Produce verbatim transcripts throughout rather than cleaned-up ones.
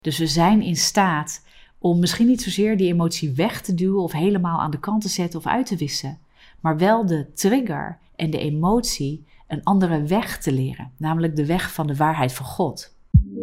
Dus we zijn in staat om misschien niet zozeer die emotie weg te duwen of helemaal aan de kant te zetten of uit te wissen, maar wel de trigger en de emotie een andere weg te leren, namelijk de weg van de waarheid van God.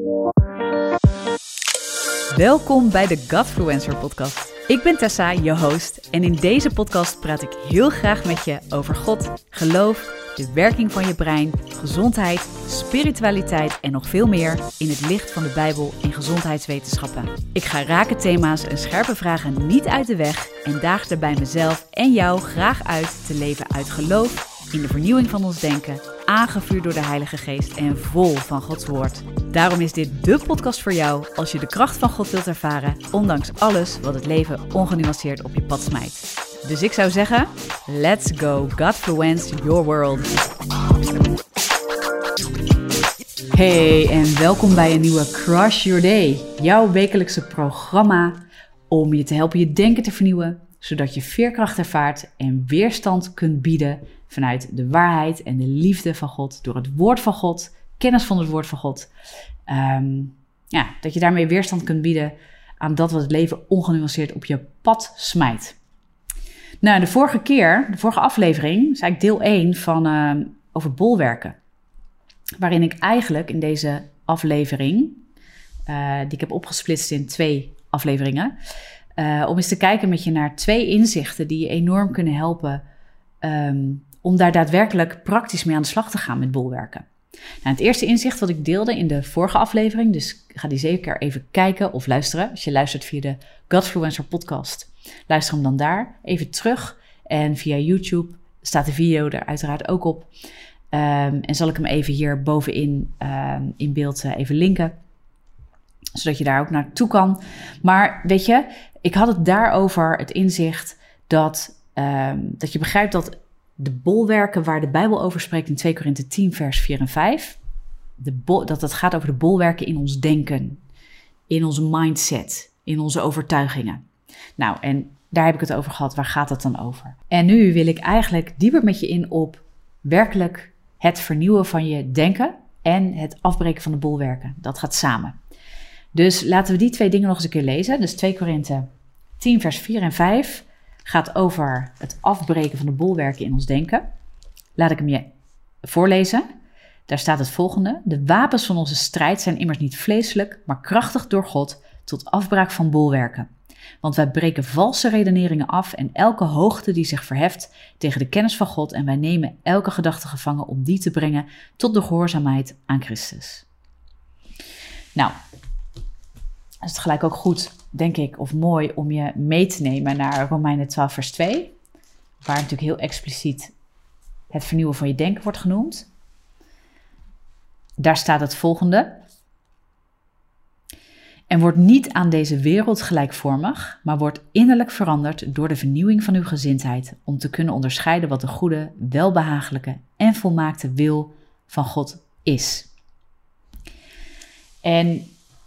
Welkom bij de Godfluencer podcast. Ik ben Tessa, je host, en in deze podcast praat ik heel graag met je over God, geloof, de werking van je brein, gezondheid, spiritualiteit en nog veel meer in het licht van de Bijbel en gezondheidswetenschappen. Ik ga rake thema's en scherpe vragen niet uit de weg en daag daarbij mezelf en jou graag uit te leven uit geloof, in de vernieuwing van ons denken, aangevuurd door de Heilige Geest en vol van Gods woord. Daarom is dit dé podcast voor jou als je de kracht van God wilt ervaren, ondanks alles wat het leven ongenuanceerd op je pad smijt. Dus ik zou zeggen, let's go Godfluence your world. Hey en welkom bij een nieuwe Crush Your Day, jouw wekelijkse programma om je te helpen je denken te vernieuwen, zodat je veerkracht ervaart en weerstand kunt bieden vanuit de waarheid en de liefde van God, door het woord van God, kennis van het woord van God. Um, ja, dat je daarmee weerstand kunt bieden aan dat wat het leven ongenuanceerd op je pad smijt. Nou, de vorige keer, de vorige aflevering, zei ik deel één van uh, over bolwerken. Waarin ik eigenlijk in deze aflevering, uh, die ik heb opgesplitst in twee afleveringen, uh, om eens te kijken met je naar twee inzichten die je enorm kunnen helpen um, om daar daadwerkelijk praktisch mee aan de slag te gaan met bolwerken. Nou, het eerste inzicht wat ik deelde in de vorige aflevering, dus ga die zeker even kijken of luisteren. Als je luistert via de Godfluencer podcast, luister hem dan daar even terug. En via YouTube staat de video er uiteraard ook op. Um, en zal ik hem even hier bovenin um, in beeld uh, even linken, zodat je daar ook naartoe kan. Maar weet je, ik had het daarover, het inzicht dat, um, dat je begrijpt dat de bolwerken waar de Bijbel over spreekt in twee Korinthe tien vers vier en vijf, de bol, dat het gaat over de bolwerken in ons denken, in onze mindset, in onze overtuigingen. Nou, en daar heb ik het over gehad. Waar gaat het dan over? En nu wil ik eigenlijk dieper met je in op werkelijk het vernieuwen van je denken en het afbreken van de bolwerken. Dat gaat samen. Dus laten we die twee dingen nog eens een keer lezen. Dus twee Korinthe tien vers vier en vijf gaat over het afbreken van de bolwerken in ons denken. Laat ik hem je voorlezen. Daar staat het volgende. De wapens van onze strijd zijn immers niet vleeselijk, maar krachtig door God tot afbraak van bolwerken. Want wij breken valse redeneringen af en elke hoogte die zich verheft tegen de kennis van God en wij nemen elke gedachte gevangen om die te brengen tot de gehoorzaamheid aan Christus. Nou, is het gelijk ook goed, denk ik, of mooi om je mee te nemen naar Romeinen twaalf vers twee, waar natuurlijk heel expliciet het vernieuwen van je denken wordt genoemd. Daar staat het volgende. En wordt niet aan deze wereld gelijkvormig, maar wordt innerlijk veranderd door de vernieuwing van uw gezindheid, om te kunnen onderscheiden wat de goede, welbehagelijke en volmaakte wil van God is. En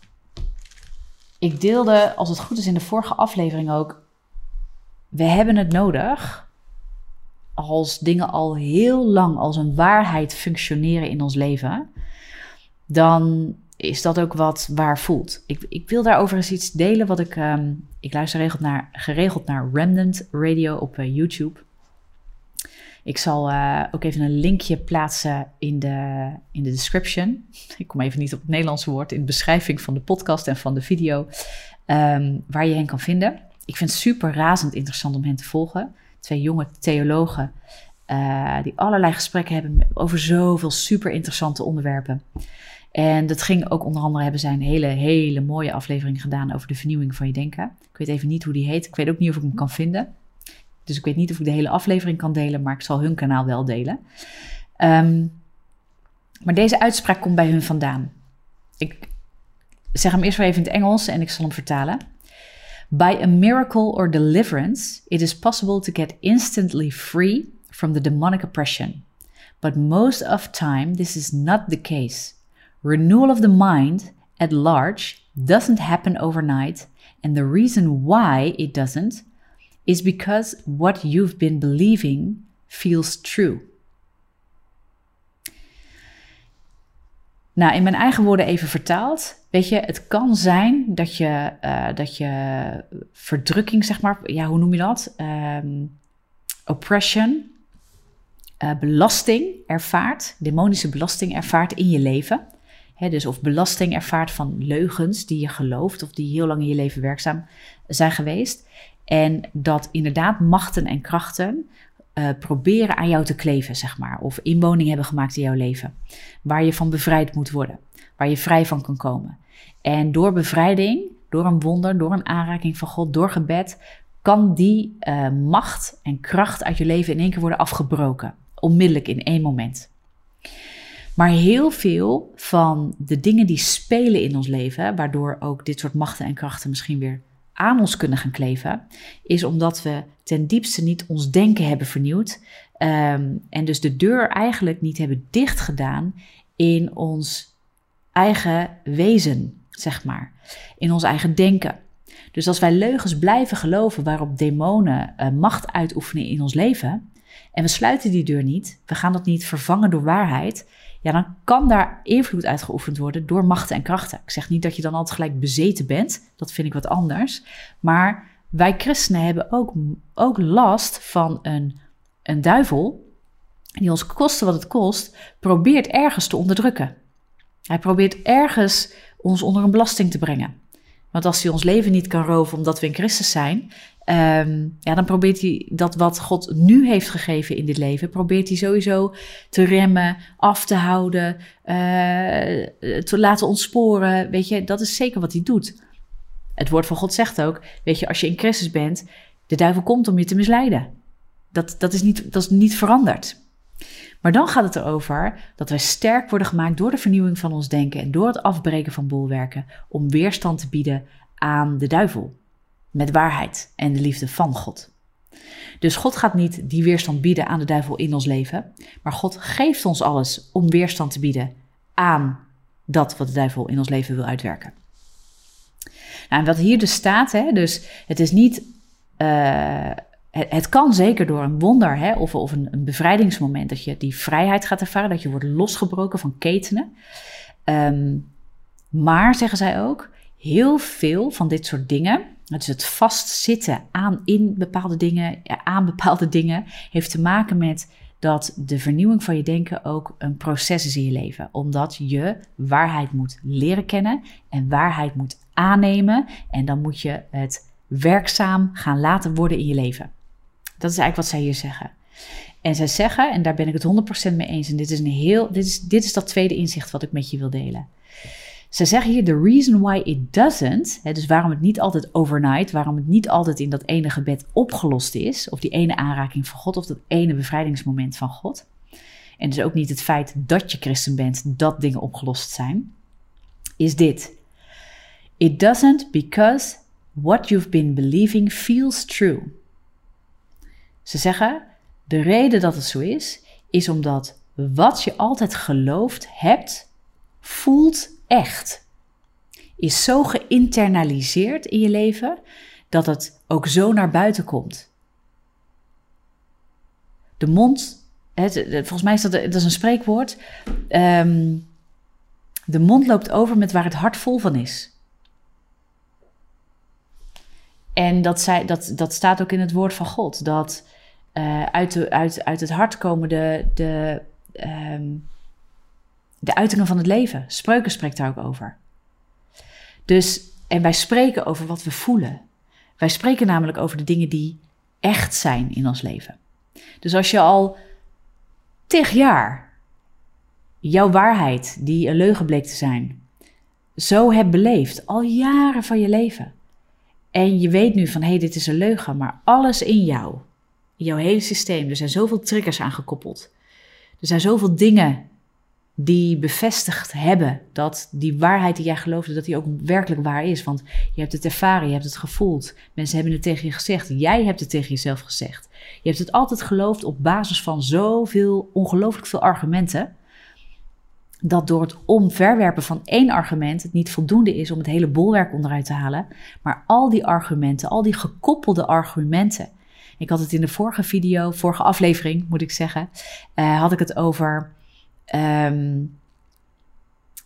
ik deelde, als het goed is in de vorige aflevering ook, we hebben het nodig als dingen al heel lang als een waarheid functioneren in ons leven, dan is dat ook wat waar voelt. Ik, ik wil daarover eens iets delen wat ik... Um, ik luister geregeld naar, geregeld naar Remnant Radio op uh, YouTube. Ik zal uh, ook even een linkje plaatsen in de, in de description. Ik kom even niet op het Nederlandse woord. In de beschrijving van de podcast en van de video. Um, waar je hen kan vinden. Ik vind het super razend interessant om hen te volgen. Twee jonge theologen uh, die allerlei gesprekken hebben over zoveel super interessante onderwerpen. En dat ging ook onder andere, hebben zij een hele, hele mooie aflevering gedaan over de vernieuwing van je denken. Ik weet even niet hoe die heet. Ik weet ook niet of ik hem kan vinden. Dus ik weet niet of ik de hele aflevering kan delen, maar ik zal hun kanaal wel delen. Um, maar deze uitspraak komt bij hun vandaan. Ik zeg hem eerst wel even in het Engels en ik zal hem vertalen. By a miracle or deliverance, it is possible to get instantly free from the demonic oppression. But most of time, this is not the case. Renewal of the mind at large doesn't happen overnight, and the reason why it doesn't is because what you've been believing feels true. Nou, in mijn eigen woorden even vertaald. Weet je, het kan zijn dat je, uh, dat je verdrukking, zeg maar, ja, hoe noem je dat? Um, oppression, uh, belasting ervaart, demonische belasting ervaart in je leven. He, dus of belasting ervaart van leugens die je gelooft of die heel lang in je leven werkzaam zijn geweest. En dat inderdaad machten en krachten uh, proberen aan jou te kleven, zeg maar. Of inwoning hebben gemaakt in jouw leven. Waar je van bevrijd moet worden. Waar je vrij van kan komen. En door bevrijding, door een wonder, door een aanraking van God, door gebed, kan die uh, macht en kracht uit je leven in één keer worden afgebroken. Onmiddellijk in één moment. Maar heel veel van de dingen die spelen in ons leven, waardoor ook dit soort machten en krachten misschien weer aan ons kunnen gaan kleven, is omdat we ten diepste niet ons denken hebben vernieuwd um, en dus de deur eigenlijk niet hebben dichtgedaan in ons eigen wezen, zeg maar, in ons eigen denken. Dus als wij leugens blijven geloven waarop demonen uh, macht uitoefenen in ons leven en we sluiten die deur niet, we gaan dat niet vervangen door waarheid, ja, dan kan daar invloed uitgeoefend worden door machten en krachten. Ik zeg niet dat je dan altijd gelijk bezeten bent, dat vind ik wat anders. Maar wij christenen hebben ook, ook last van een, een duivel die ons koste wat het kost, probeert ergens te onderdrukken. Hij probeert ergens ons onder een belasting te brengen. Want als hij ons leven niet kan roven omdat we in Christus zijn, Um, ja, dan probeert hij dat wat God nu heeft gegeven in dit leven, probeert hij sowieso te remmen, af te houden, uh, te laten ontsporen. Weet je, dat is zeker wat hij doet. Het woord van God zegt ook, weet je, als je in Christus bent, de duivel komt om je te misleiden. Dat, dat, is, niet, dat is niet veranderd. Maar dan gaat het erover dat wij sterk worden gemaakt door de vernieuwing van ons denken en door het afbreken van bolwerken om weerstand te bieden aan de duivel. Met waarheid en de liefde van God. Dus God gaat niet die weerstand bieden aan de duivel in ons leven. Maar God geeft ons alles om weerstand te bieden aan dat wat de duivel in ons leven wil uitwerken. Nou, en wat hier dus staat, hè, dus het is niet... Uh, het, het kan zeker door een wonder hè, of, of een, een bevrijdingsmoment dat je die vrijheid gaat ervaren. Dat je wordt losgebroken van ketenen. Um, maar, zeggen zij ook, heel veel van dit soort dingen... Dus het vastzitten aan in bepaalde dingen, aan bepaalde dingen, heeft te maken met dat de vernieuwing van je denken ook een proces is in je leven. Omdat je waarheid moet leren kennen en waarheid moet aannemen. En dan moet je het werkzaam gaan laten worden in je leven. Dat is eigenlijk wat zij hier zeggen. En zij zeggen, en daar ben ik het honderd procent mee eens, en dit is, een heel, dit is, dit is dat tweede inzicht wat ik met je wil delen. Ze zeggen hier, the reason why it doesn't, hè, dus waarom het niet altijd overnight, waarom het niet altijd in dat ene gebed opgelost is, of die ene aanraking van God, of dat ene bevrijdingsmoment van God. En dus ook niet het feit dat je christen bent, dat dingen opgelost zijn, is dit. It doesn't because what you've been believing feels true. Ze zeggen, de reden dat het zo is, is omdat wat je altijd geloofd hebt, voelt echt. Is zo geïnternaliseerd in je leven, dat het ook zo naar buiten komt. De mond, het, volgens mij is dat, dat is een spreekwoord, um, de mond loopt over met waar het hart vol van is. En dat, zij, dat, dat staat ook in het woord van God, dat uh, uit, de, uit, uit het hart komen de, de, um, de uitingen van het leven. Spreuken spreekt daar ook over. Dus, en wij spreken over wat we voelen. Wij spreken namelijk over de dingen die echt zijn in ons leven. Dus als je al tig jaar jouw waarheid, die een leugen bleek te zijn, zo hebt beleefd, al jaren van je leven. En je weet nu van, hé, hey, dit is een leugen, maar alles in jou, in jouw hele systeem, er zijn zoveel triggers aangekoppeld. Er zijn zoveel dingen die bevestigd hebben dat die waarheid die jij geloofde, dat die ook werkelijk waar is. Want je hebt het ervaren, je hebt het gevoeld. Mensen hebben het tegen je gezegd. Jij hebt het tegen jezelf gezegd. Je hebt het altijd geloofd op basis van zoveel, ongelooflijk veel argumenten, dat door het omverwerpen van één argument het niet voldoende is om het hele bolwerk onderuit te halen. Maar al die argumenten, al die gekoppelde argumenten. Ik had het in de vorige video, vorige aflevering moet ik zeggen, uh, had ik het over Um,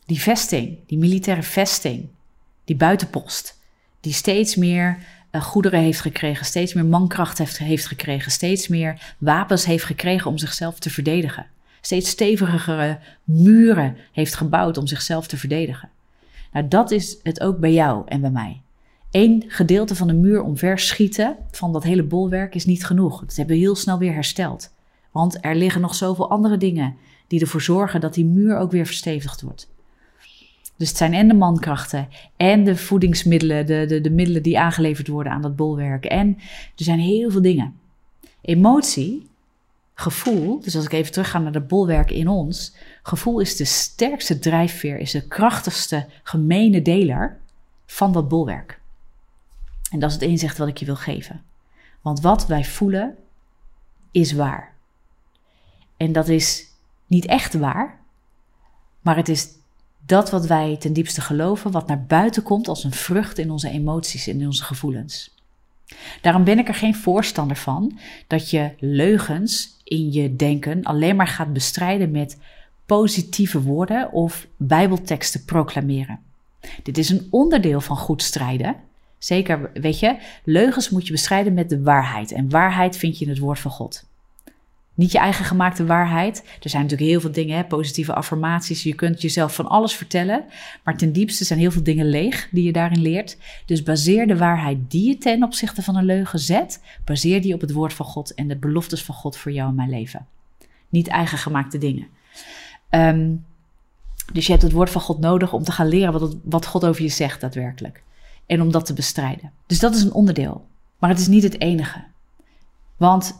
Die vesting, die militaire vesting, die buitenpost, die steeds meer uh, goederen heeft gekregen, steeds meer mankracht heeft, heeft gekregen, steeds meer wapens heeft gekregen om zichzelf te verdedigen. Steeds stevigere muren heeft gebouwd om zichzelf te verdedigen. Nou, dat is het ook bij jou en bij mij. Eén gedeelte van de muur omver schieten van dat hele bolwerk is niet genoeg. Dat hebben we heel snel weer hersteld. Want er liggen nog zoveel andere dingen die ervoor zorgen dat die muur ook weer verstevigd wordt. Dus het zijn en de mankrachten en de voedingsmiddelen, de, de, de middelen die aangeleverd worden aan dat bolwerk. En er zijn heel veel dingen. Emotie, gevoel, dus als ik even terug ga naar de bolwerk in ons. Gevoel is de sterkste drijfveer, is de krachtigste gemene deler van dat bolwerk. En dat is het inzicht wat ik je wil geven. Want wat wij voelen is waar. En dat is niet echt waar, maar het is dat wat wij ten diepste geloven, wat naar buiten komt als een vrucht in onze emoties en in onze gevoelens. Daarom ben ik er geen voorstander van dat je leugens in je denken alleen maar gaat bestrijden met positieve woorden of bijbelteksten proclameren. Dit is een onderdeel van goed strijden. Zeker, weet je, leugens moet je bestrijden met de waarheid. En waarheid vind je in het woord van God. Niet je eigen gemaakte waarheid. Er zijn natuurlijk heel veel dingen, hè, positieve affirmaties. Je kunt jezelf van alles vertellen. Maar ten diepste zijn heel veel dingen leeg die je daarin leert. Dus baseer de waarheid die je ten opzichte van een leugen zet. Baseer die op het woord van God en de beloftes van God voor jou en mijn leven. Niet eigen gemaakte dingen. Um, dus je hebt het woord van God nodig om te gaan leren wat, het, wat God over je zegt daadwerkelijk. En om dat te bestrijden. Dus dat is een onderdeel. Maar het is niet het enige. Want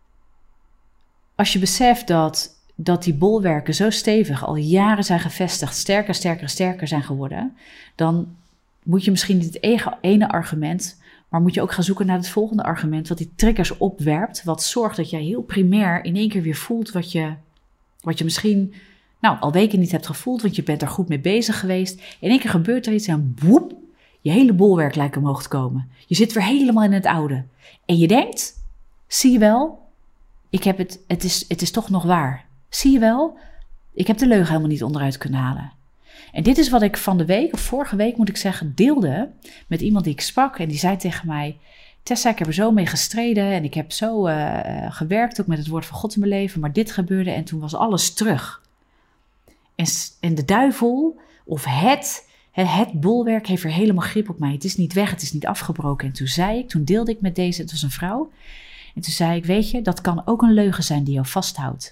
als je beseft dat, dat die bolwerken zo stevig al jaren zijn gevestigd, sterker, sterker, sterker zijn geworden, dan moet je misschien niet het ene argument, maar moet je ook gaan zoeken naar het volgende argument, wat die triggers opwerpt, wat zorgt dat jij heel primair in één keer weer voelt wat je, wat je misschien nou, al weken niet hebt gevoeld, want je bent er goed mee bezig geweest. In één keer gebeurt er iets en boep, je hele bolwerk lijkt omhoog te komen. Je zit weer helemaal in het oude. En je denkt, zie je wel, ik heb het, het, is, het is toch nog waar. Zie je wel, ik heb de leugen helemaal niet onderuit kunnen halen. En dit is wat ik van de week, of vorige week moet ik zeggen, deelde met iemand die ik sprak. En die zei tegen mij, Tessa, ik heb er zo mee gestreden en ik heb zo uh, gewerkt, ook met het woord van God in mijn leven. Maar dit gebeurde en toen was alles terug. En, en de duivel, of het... Het bolwerk heeft er helemaal grip op mij. Het is niet weg, het is niet afgebroken. En toen zei ik, toen deelde ik met deze, het was een vrouw. En toen zei ik, weet je, dat kan ook een leugen zijn die jou vasthoudt.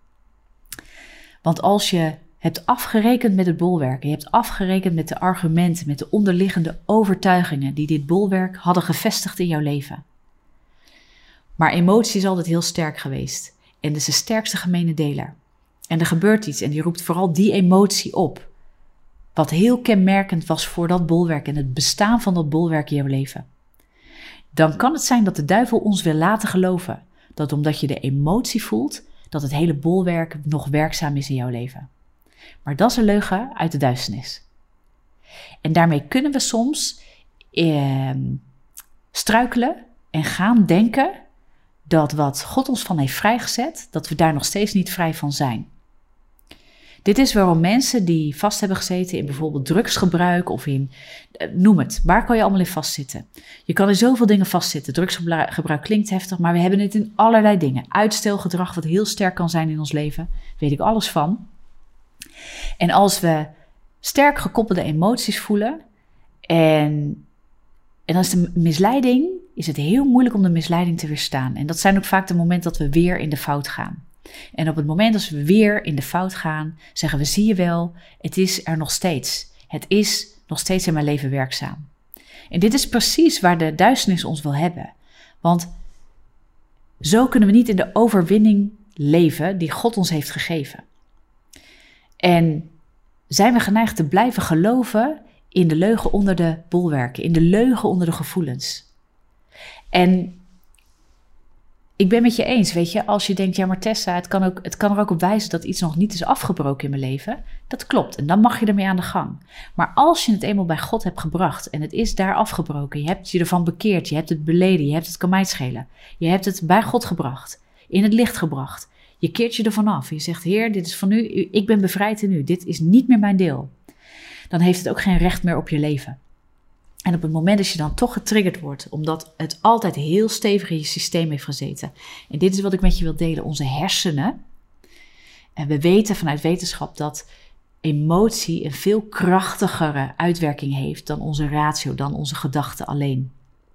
Want als je hebt afgerekend met het bolwerk, je hebt afgerekend met de argumenten, met de onderliggende overtuigingen die dit bolwerk hadden gevestigd in jouw leven. Maar emotie is altijd heel sterk geweest. En dat is de sterkste gemene deler. En er gebeurt iets en die roept vooral die emotie op. Wat heel kenmerkend was voor dat bolwerk en het bestaan van dat bolwerk in jouw leven. Dan kan het zijn dat de duivel ons wil laten geloven dat omdat je de emotie voelt, dat het hele bolwerk nog werkzaam is in jouw leven. Maar dat is een leugen uit de duisternis. En daarmee kunnen we soms eh, struikelen en gaan denken dat wat God ons van heeft vrijgezet, dat we daar nog steeds niet vrij van zijn. Dit is waarom mensen die vast hebben gezeten in bijvoorbeeld drugsgebruik of in, noem het, waar kan je allemaal in vastzitten? Je kan in zoveel dingen vastzitten. Drugsgebruik klinkt heftig, maar we hebben het in allerlei dingen. Uitstelgedrag wat heel sterk kan zijn in ons leven, weet ik alles van. En als we sterk gekoppelde emoties voelen en, en als de misleiding, is het heel moeilijk om de misleiding te weerstaan. En dat zijn ook vaak de momenten dat we weer in de fout gaan. En op het moment dat we weer in de fout gaan, zeggen we, zie je wel, het is er nog steeds. Het is nog steeds in mijn leven werkzaam. En dit is precies waar de duisternis ons wil hebben. Want zo kunnen we niet in de overwinning leven die God ons heeft gegeven. En zijn we geneigd te blijven geloven in de leugen onder de bolwerken, in de leugen onder de gevoelens. En ik ben met je eens, weet je, als je denkt, ja maar Tessa, het kan, ook, het kan er ook op wijzen dat iets nog niet is afgebroken in mijn leven. Dat klopt en dan mag je ermee aan de gang. Maar als je het eenmaal bij God hebt gebracht en het is daar afgebroken, je hebt je ervan bekeerd, je hebt het beleden, je hebt het kan mij schelen. Je hebt het bij God gebracht, in het licht gebracht. Je keert je ervan af. Je zegt, Heer, dit is van u. Ik ben bevrijd in u. Dit is niet meer mijn deel. Dan heeft het ook geen recht meer op je leven. En op het moment dat je dan toch getriggerd wordt, omdat het altijd heel stevig in je systeem heeft gezeten. En dit is wat ik met je wil delen. Onze hersenen. En we weten vanuit wetenschap dat emotie een veel krachtigere uitwerking heeft dan onze ratio, dan onze gedachten alleen.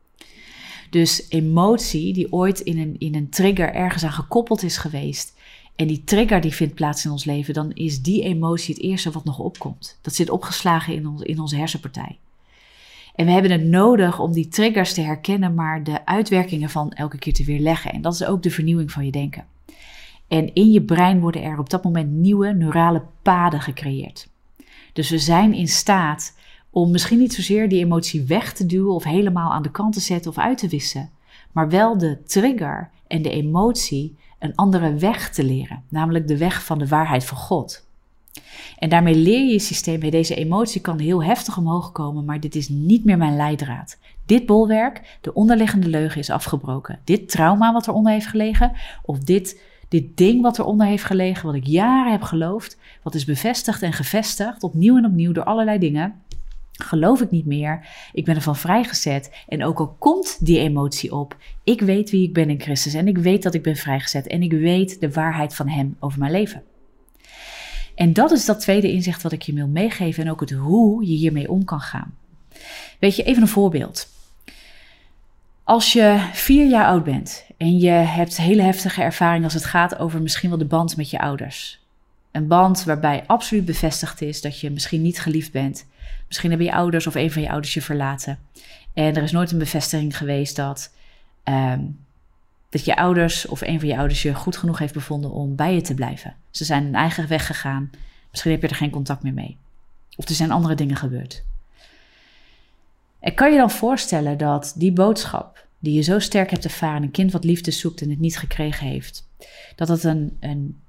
Dus emotie die ooit in een, in een trigger ergens aan gekoppeld is geweest en die trigger die vindt plaats in ons leven, dan is die emotie het eerste wat nog opkomt. Dat zit opgeslagen in, ons, in onze hersenpartij. En we hebben het nodig om die triggers te herkennen, maar de uitwerkingen van elke keer te weerleggen. En dat is ook de vernieuwing van je denken. En in je brein worden er op dat moment nieuwe neurale paden gecreëerd. Dus we zijn in staat om misschien niet zozeer die emotie weg te duwen of helemaal aan de kant te zetten of uit te wissen, maar wel de trigger en de emotie een andere weg te leren, namelijk de weg van de waarheid van God. En daarmee leer je je systeem, hey, deze emotie kan heel heftig omhoog komen, maar dit is niet meer mijn leidraad. Dit bolwerk, de onderliggende leugen is afgebroken. Dit trauma wat eronder heeft gelegen, of dit, dit ding wat eronder heeft gelegen, wat ik jaren heb geloofd, wat is bevestigd en gevestigd, opnieuw en opnieuw door allerlei dingen, geloof ik niet meer. Ik ben ervan vrijgezet. En ook al komt die emotie op, ik weet wie ik ben in Christus en ik weet dat ik ben vrijgezet en ik weet de waarheid van Hem over mijn leven. En dat is dat tweede inzicht wat ik je wil meegeven en ook het hoe je hiermee om kan gaan. Weet je, even een voorbeeld. Als je vier jaar oud bent en je hebt hele heftige ervaring als het gaat over misschien wel de band met je ouders. Een band waarbij absoluut bevestigd is dat je misschien niet geliefd bent. Misschien hebben je ouders of een van je ouders je verlaten. En er is nooit een bevestiging geweest dat, um, dat je ouders of een van je ouders je goed genoeg heeft bevonden om bij je te blijven. Ze zijn hun eigen weg gegaan. Misschien heb je er geen contact meer mee. Of er zijn andere dingen gebeurd. En kan je dan voorstellen dat die boodschap die je zo sterk hebt ervaren, een kind wat liefde zoekt en het niet gekregen heeft, dat het een, een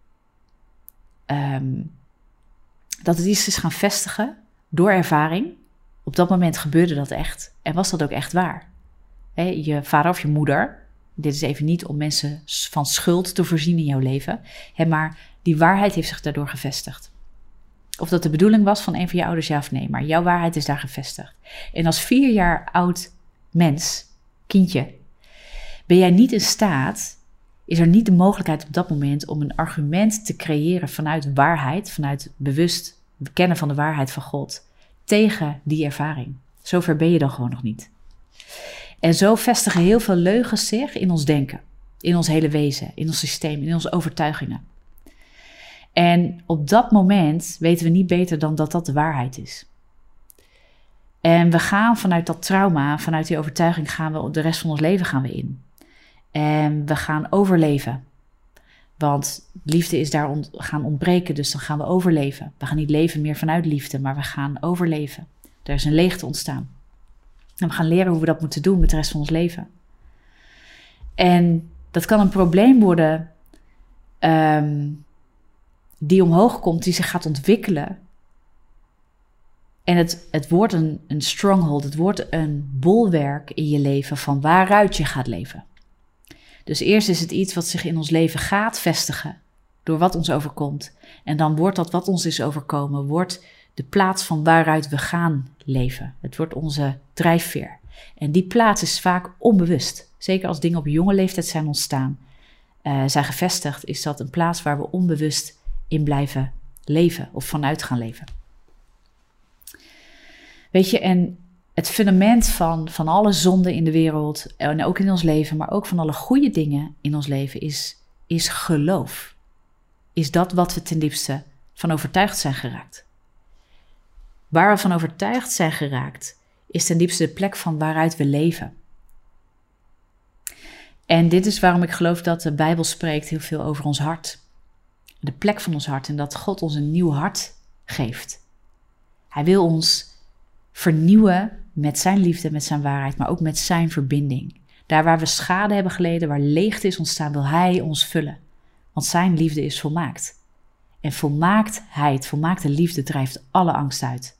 um, dat het iets is gaan vestigen door ervaring. Op dat moment gebeurde dat echt. En was dat ook echt waar. He, je vader of je moeder, dit is even niet om mensen van schuld te voorzien in jouw leven, he, maar die waarheid heeft zich daardoor gevestigd. Of dat de bedoeling was van een van je ouders, ja of nee, maar jouw waarheid is daar gevestigd. En als vier jaar oud mens, kindje, ben jij niet in staat, is er niet de mogelijkheid op dat moment om een argument te creëren vanuit waarheid, vanuit bewust kennen van de waarheid van God, tegen die ervaring. Zover ben je dan gewoon nog niet. En zo vestigen heel veel leugens zich in ons denken, in ons hele wezen, in ons systeem, in onze overtuigingen. En op dat moment weten we niet beter dan dat dat de waarheid is. En we gaan vanuit dat trauma, vanuit die overtuiging, gaan we de rest van ons leven gaan we in. En we gaan overleven. Want liefde is daar ont- gaan ontbreken, dus dan gaan we overleven. We gaan niet leven meer vanuit liefde, maar we gaan overleven. Er is een leegte ontstaan. En we gaan leren hoe we dat moeten doen met de rest van ons leven. En dat kan een probleem worden um, die omhoog komt, die zich gaat ontwikkelen. En het, het wordt een, een stronghold, het wordt een bolwerk in je leven van waaruit je gaat leven. Dus eerst is het iets wat zich in ons leven gaat vestigen door wat ons overkomt. En dan wordt dat wat ons is overkomen, wordt de plaats van waaruit we gaan leven. Het wordt onze drijfveer. En die plaats is vaak onbewust. Zeker als dingen op jonge leeftijd zijn ontstaan, uh, zijn gevestigd, is dat een plaats waar we onbewust in blijven leven of vanuit gaan leven. Weet je, en het fundament van, van alle zonden in de wereld, en ook in ons leven, maar ook van alle goede dingen in ons leven, is, is geloof. Is dat wat we ten diepste van overtuigd zijn geraakt. Waar we van overtuigd zijn geraakt, is ten diepste de plek van waaruit we leven. En dit is waarom ik geloof dat de Bijbel spreekt heel veel over ons hart. De plek van ons hart en dat God ons een nieuw hart geeft. Hij wil ons vernieuwen met zijn liefde, met zijn waarheid, maar ook met zijn verbinding. Daar waar we schade hebben geleden, waar leegte is ontstaan, wil hij ons vullen. Want zijn liefde is volmaakt. En volmaaktheid, volmaakte liefde drijft alle angst uit.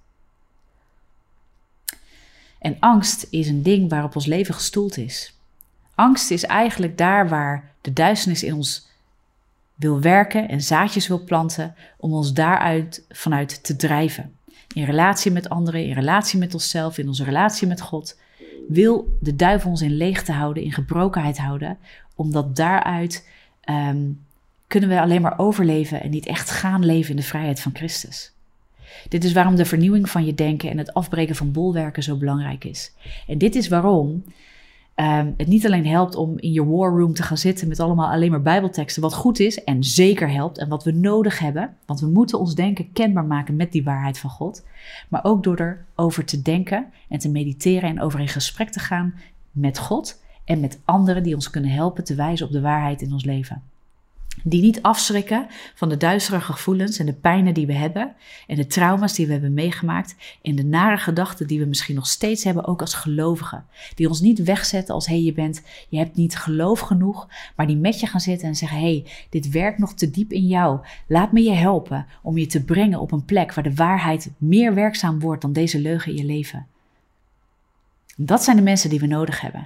En angst is een ding waarop ons leven gestoeld is. Angst is eigenlijk daar waar de duisternis in ons wil werken en zaadjes wil planten om ons daaruit vanuit te drijven. In relatie met anderen, in relatie met onszelf, in onze relatie met God, wil de duivel ons in leegte houden, in gebrokenheid houden, omdat daaruit um, kunnen we alleen maar overleven en niet echt gaan leven in de vrijheid van Christus. Dit is waarom de vernieuwing van je denken en het afbreken van bolwerken zo belangrijk is. En dit is waarom um, het niet alleen helpt om in je war room te gaan zitten met allemaal alleen maar bijbelteksten, wat goed is en zeker helpt en wat we nodig hebben, want we moeten ons denken kenbaar maken met die waarheid van God, maar ook door erover te denken en te mediteren en over in gesprek te gaan met God en met anderen die ons kunnen helpen te wijzen op de waarheid in ons leven. Die niet afschrikken van de duistere gevoelens en de pijnen die we hebben en de trauma's die we hebben meegemaakt en de nare gedachten die we misschien nog steeds hebben, ook als gelovigen. Die ons niet wegzetten als, hé, hey, je bent, je hebt niet geloof genoeg, maar die met je gaan zitten en zeggen, hé, hey, dit werkt nog te diep in jou. Laat me je helpen om je te brengen op een plek waar de waarheid meer werkzaam wordt dan deze leugen in je leven. Dat zijn de mensen die we nodig hebben.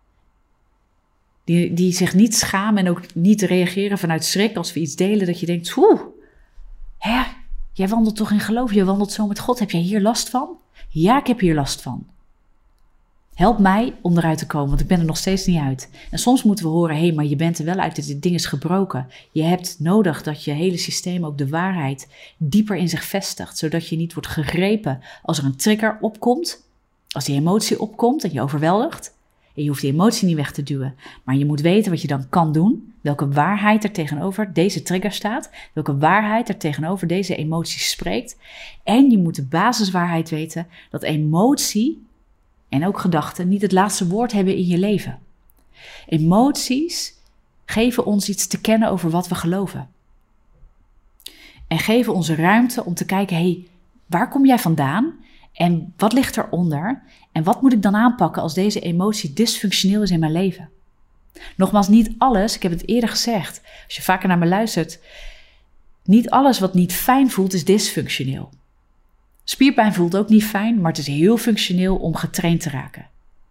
Die, die zich niet schamen en ook niet reageren vanuit schrik als we iets delen. Dat je denkt, oeh, hè, jij wandelt toch in geloof, je wandelt zo met God. Heb jij hier last van? Ja, ik heb hier last van. Help mij om eruit te komen, want ik ben er nog steeds niet uit. En soms moeten we horen, hé, hey, maar je bent er wel uit, dit ding is gebroken. Je hebt nodig dat je hele systeem ook de waarheid dieper in zich vestigt. Zodat je niet wordt gegrepen als er een trigger opkomt. Als die emotie opkomt en je overweldigt. En je hoeft die emotie niet weg te duwen. Maar je moet weten wat je dan kan doen. Welke waarheid er tegenover deze trigger staat. Welke waarheid er tegenover deze emotie spreekt. En je moet de basiswaarheid weten dat emotie en ook gedachten niet het laatste woord hebben in je leven. Emoties geven ons iets te kennen over wat we geloven. En geven ons ruimte om te kijken, hé, hey, waar kom jij vandaan? En wat ligt eronder? En wat moet ik dan aanpakken als deze emotie dysfunctioneel is in mijn leven? Nogmaals, niet alles, ik heb het eerder gezegd, als je vaker naar me luistert, niet alles wat niet fijn voelt is dysfunctioneel. Spierpijn voelt ook niet fijn, maar het is heel functioneel om getraind te raken.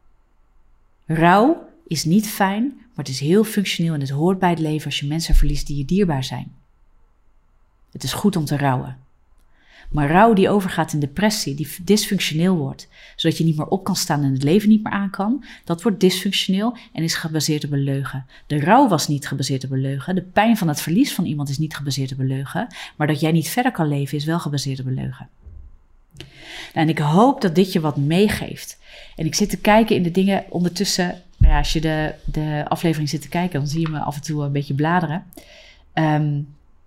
Rouw is niet fijn, maar het is heel functioneel en het hoort bij het leven als je mensen verliest die je dierbaar zijn. Het is goed om te rouwen. Maar rouw die overgaat in depressie, die dysfunctioneel wordt, zodat je niet meer op kan staan en het leven niet meer aan kan, dat wordt dysfunctioneel en is gebaseerd op een leugen. De rouw was niet gebaseerd op een leugen, de pijn van het verlies van iemand is niet gebaseerd op een leugen, maar dat jij niet verder kan leven is wel gebaseerd op een leugen. Nou, en ik hoop dat dit je wat meegeeft. En ik zit te kijken in de dingen ondertussen, nou ja, als je de, de aflevering zit te kijken, dan zie je me af en toe een beetje bladeren. Um,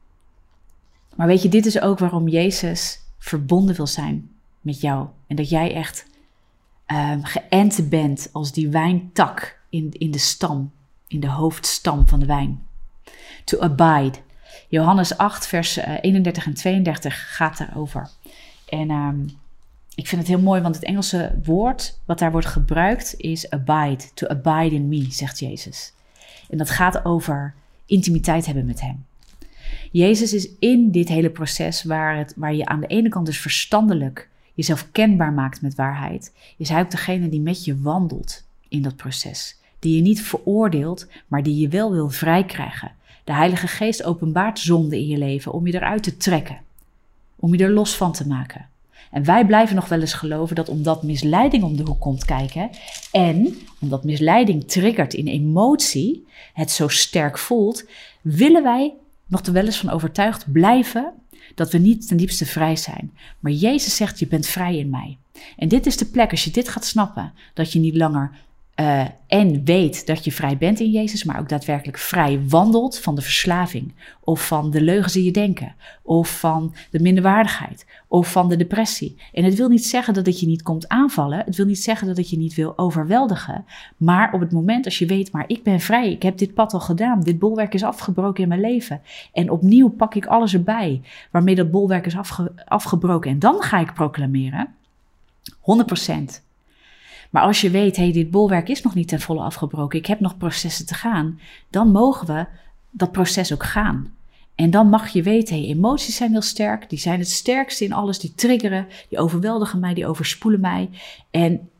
Maar weet je, dit is ook waarom Jezus verbonden wil zijn met jou. En dat jij echt uh, geënt bent als die wijntak in, in de stam, in de hoofdstam van de wijn. To abide. Johannes acht, vers eenendertig en tweeëndertig gaat daarover. En um, ik vind het heel mooi, want het Engelse woord wat daar wordt gebruikt is abide. To abide in me, zegt Jezus. En dat gaat over intimiteit hebben met hem. Jezus is in dit hele proces waar, het, waar je aan de ene kant dus verstandelijk jezelf kenbaar maakt met waarheid, is hij ook degene die met je wandelt in dat proces. Die je niet veroordeelt, maar die je wel wil vrijkrijgen. De Heilige Geest openbaart zonde in je leven om je eruit te trekken. Om je er los van te maken. En wij blijven nog wel eens geloven dat omdat misleiding om de hoek komt kijken en omdat misleiding triggert in emotie, het zo sterk voelt, willen wij nog er wel eens van overtuigd blijven dat we niet ten diepste vrij zijn. Maar Jezus zegt, je bent vrij in mij. En dit is de plek, als je dit gaat snappen, dat je niet langer uh, en weet dat je vrij bent in Jezus, maar ook daadwerkelijk vrij wandelt van de verslaving, of van de leugens die je denken, of van de minderwaardigheid, of van de depressie. En het wil niet zeggen dat het je niet komt aanvallen, het wil niet zeggen dat het je niet wil overweldigen, maar op het moment als je weet, maar ik ben vrij, ik heb dit pad al gedaan, dit bolwerk is afgebroken in mijn leven, en opnieuw pak ik alles erbij, waarmee dat bolwerk is afge- afgebroken, en dan ga ik proclameren, honderd procent. Maar als je weet, hé, hey, dit bolwerk is nog niet ten volle afgebroken, ik heb nog processen te gaan, dan mogen we dat proces ook gaan. En dan mag je weten, hey, emoties zijn heel sterk, die zijn het sterkste in alles, die triggeren, die overweldigen mij, die overspoelen mij. En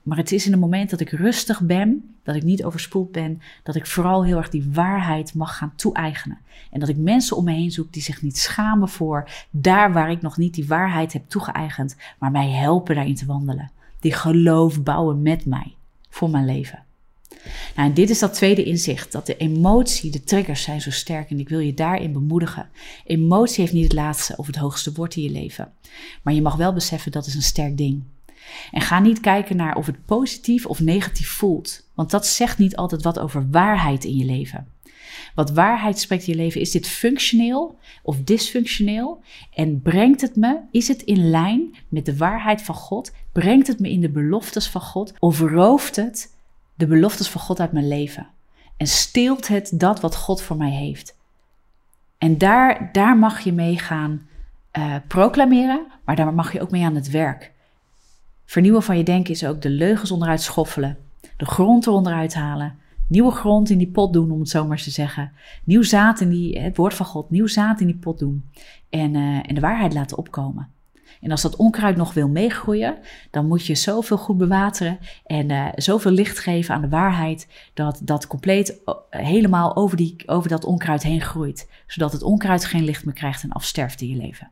maar het is in een moment dat ik rustig ben, dat ik niet overspoeld ben, dat ik vooral heel erg die waarheid mag gaan toe-eigenen. En dat ik mensen om me heen zoek die zich niet schamen voor daar waar ik nog niet die waarheid heb toegeëigend, maar mij helpen daarin te wandelen. Die geloof bouwen met mij voor mijn leven. Nou, en dit is dat tweede inzicht, dat de emotie, de triggers zijn zo sterk en ik wil je daarin bemoedigen. Emotie heeft niet het laatste of het hoogste woord in je leven, maar je mag wel beseffen dat is een sterk ding. En ga niet kijken naar of het positief of negatief voelt, want dat zegt niet altijd wat over waarheid in je leven. Wat waarheid spreekt in je leven, is dit functioneel of dysfunctioneel? En brengt het me, is het in lijn met de waarheid van God? Brengt het me in de beloftes van God? Of rooft het de beloftes van God uit mijn leven? En steelt het dat wat God voor mij heeft? En daar, daar mag je mee gaan uh, proclameren, maar daar mag je ook mee aan het werk. Vernieuwen van je denken is ook de leugens onderuit schoffelen, de grond eronderuit halen, nieuwe grond in die pot doen, om het zo maar eens te zeggen. Nieuw zaad in die, het woord van God, nieuw zaad in die pot doen en, uh, en de waarheid laten opkomen. En als dat onkruid nog wil meegroeien, dan moet je zoveel goed bewateren en uh, zoveel licht geven aan de waarheid, dat dat compleet uh, helemaal over, die, over dat onkruid heen groeit, zodat het onkruid geen licht meer krijgt en afsterft in je leven.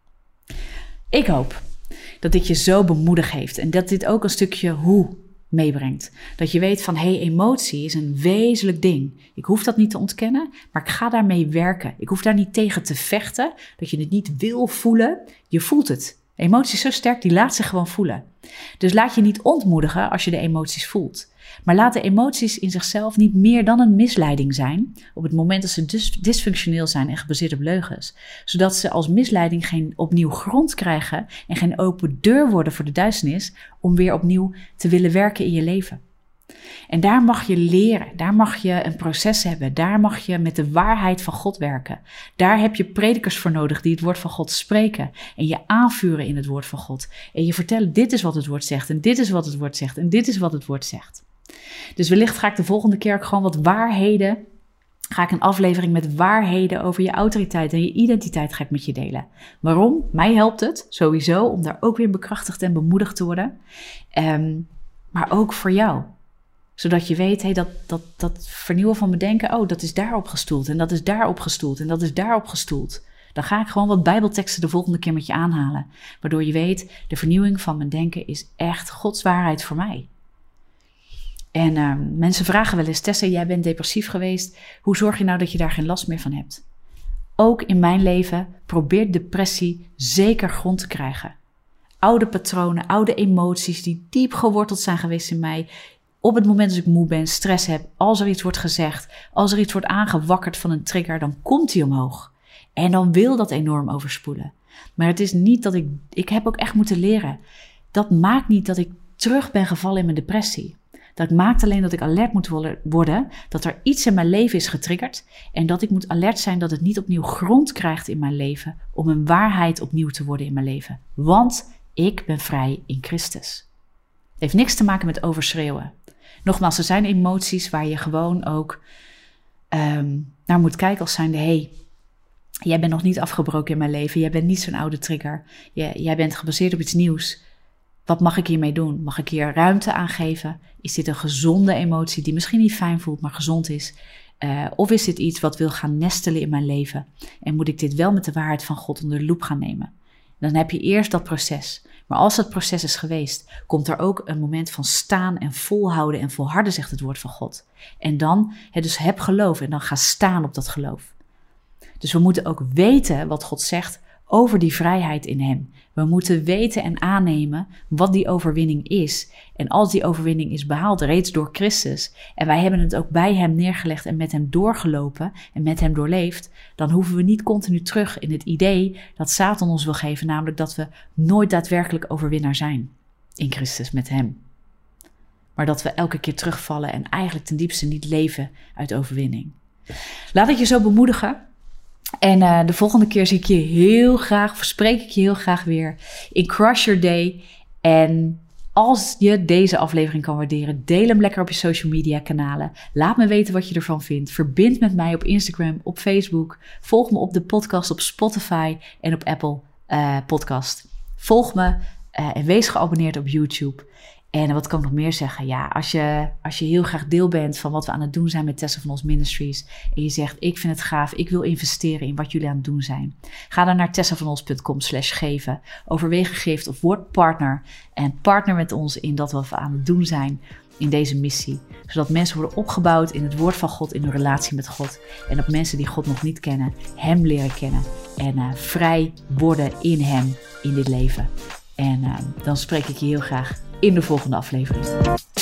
Ik hoop dat dit je zo bemoedigd heeft en dat dit ook een stukje hoe meebrengt. Dat je weet van, hé, hey, emotie is een wezenlijk ding. Ik hoef dat niet te ontkennen, maar ik ga daarmee werken. Ik hoef daar niet tegen te vechten, dat je het niet wil voelen. Je voelt het. Emotie is zo sterk, die laat zich gewoon voelen. Dus laat je niet ontmoedigen als je de emoties voelt. Maar laat de emoties in zichzelf niet meer dan een misleiding zijn op het moment dat ze dus dysfunctioneel zijn en gebaseerd op leugens. Zodat ze als misleiding geen opnieuw grond krijgen en geen open deur worden voor de duisternis om weer opnieuw te willen werken in je leven. En daar mag je leren, daar mag je een proces hebben, daar mag je met de waarheid van God werken. Daar heb je predikers voor nodig die het woord van God spreken en je aanvuren in het woord van God. En je vertellen, dit is wat het woord zegt en dit is wat het woord zegt en dit is wat het woord zegt. Dus wellicht ga ik de volgende keer ook gewoon wat waarheden, ga ik een aflevering met waarheden over je autoriteit en je identiteit ga ik met je delen. Waarom? Mij helpt het sowieso om daar ook weer bekrachtigd en bemoedigd te worden. Um, maar ook voor jou. Zodat je weet, hey, dat, dat, dat vernieuwen van mijn denken, oh, dat is daarop gestoeld en dat is daarop gestoeld en dat is daarop gestoeld. Dan ga ik gewoon wat bijbelteksten de volgende keer met je aanhalen. Waardoor je weet, de vernieuwing van mijn denken is echt Gods waarheid voor mij. En uh, mensen vragen wel eens, Tessa, jij bent depressief geweest. Hoe zorg je nou dat je daar geen last meer van hebt? Ook in mijn leven probeert depressie zeker grond te krijgen. Oude patronen, oude emoties die diep geworteld zijn geweest in mij. Op het moment dat ik moe ben, stress heb, als er iets wordt gezegd, als er iets wordt aangewakkerd van een trigger, dan komt die omhoog. En dan wil dat enorm overspoelen. Maar het is niet dat ik, ik heb ook echt moeten leren. Dat maakt niet dat ik terug ben gevallen in mijn depressie. Dat maakt alleen dat ik alert moet worden, dat er iets in mijn leven is getriggerd en dat ik moet alert zijn dat het niet opnieuw grond krijgt in mijn leven om een waarheid opnieuw te worden in mijn leven. Want ik ben vrij in Christus. Het heeft niks te maken met overschreeuwen. Nogmaals, er zijn emoties waar je gewoon ook um, naar moet kijken als zijnde, hé, hey, jij bent nog niet afgebroken in mijn leven, jij bent niet zo'n oude trigger, jij, jij bent gebaseerd op iets nieuws. Wat mag ik hiermee doen? Mag ik hier ruimte aan geven? Is dit een gezonde emotie die misschien niet fijn voelt, maar gezond is? Uh, of is dit iets wat wil gaan nestelen in mijn leven? En moet ik dit wel met de waarheid van God onder de loep gaan nemen? Dan heb je eerst dat proces. Maar als dat proces is geweest, komt er ook een moment van staan en volhouden en volharden, zegt het woord van God. En dan, he, dus heb geloof en dan ga staan op dat geloof. Dus we moeten ook weten wat God zegt over die vrijheid in hem. We moeten weten en aannemen wat die overwinning is. En als die overwinning is behaald reeds door Christus en wij hebben het ook bij hem neergelegd en met hem doorgelopen en met hem doorleefd, dan hoeven we niet continu terug in het idee dat Satan ons wil geven, namelijk dat we nooit daadwerkelijk overwinnaar zijn in Christus met hem. Maar dat we elke keer terugvallen en eigenlijk ten diepste niet leven uit overwinning. Laat het je zo bemoedigen. En uh, de volgende keer zie ik je heel graag, of spreek ik je heel graag weer in Crush Your Day. En als je deze aflevering kan waarderen, deel hem lekker op je social media kanalen. Laat me weten wat je ervan vindt. Verbind met mij op Instagram, op Facebook. Volg me op de podcast op Spotify en op Apple uh, Podcast. Volg me uh, en wees geabonneerd op YouTube. En wat kan ik nog meer zeggen? Ja, als je, als je heel graag deel bent van wat we aan het doen zijn met Tessa van Os Ministries. En je zegt, ik vind het gaaf, ik wil investeren in wat jullie aan het doen zijn. Ga dan naar tessavanos.com slash geven. Overweeg een gift of word partner. En partner met ons in dat wat we aan het doen zijn in deze missie. Zodat mensen worden opgebouwd in het woord van God, in hun relatie met God. En dat mensen die God nog niet kennen, hem leren kennen. En uh, vrij worden in hem in dit leven. En uh, dan spreek ik je heel graag in de volgende aflevering.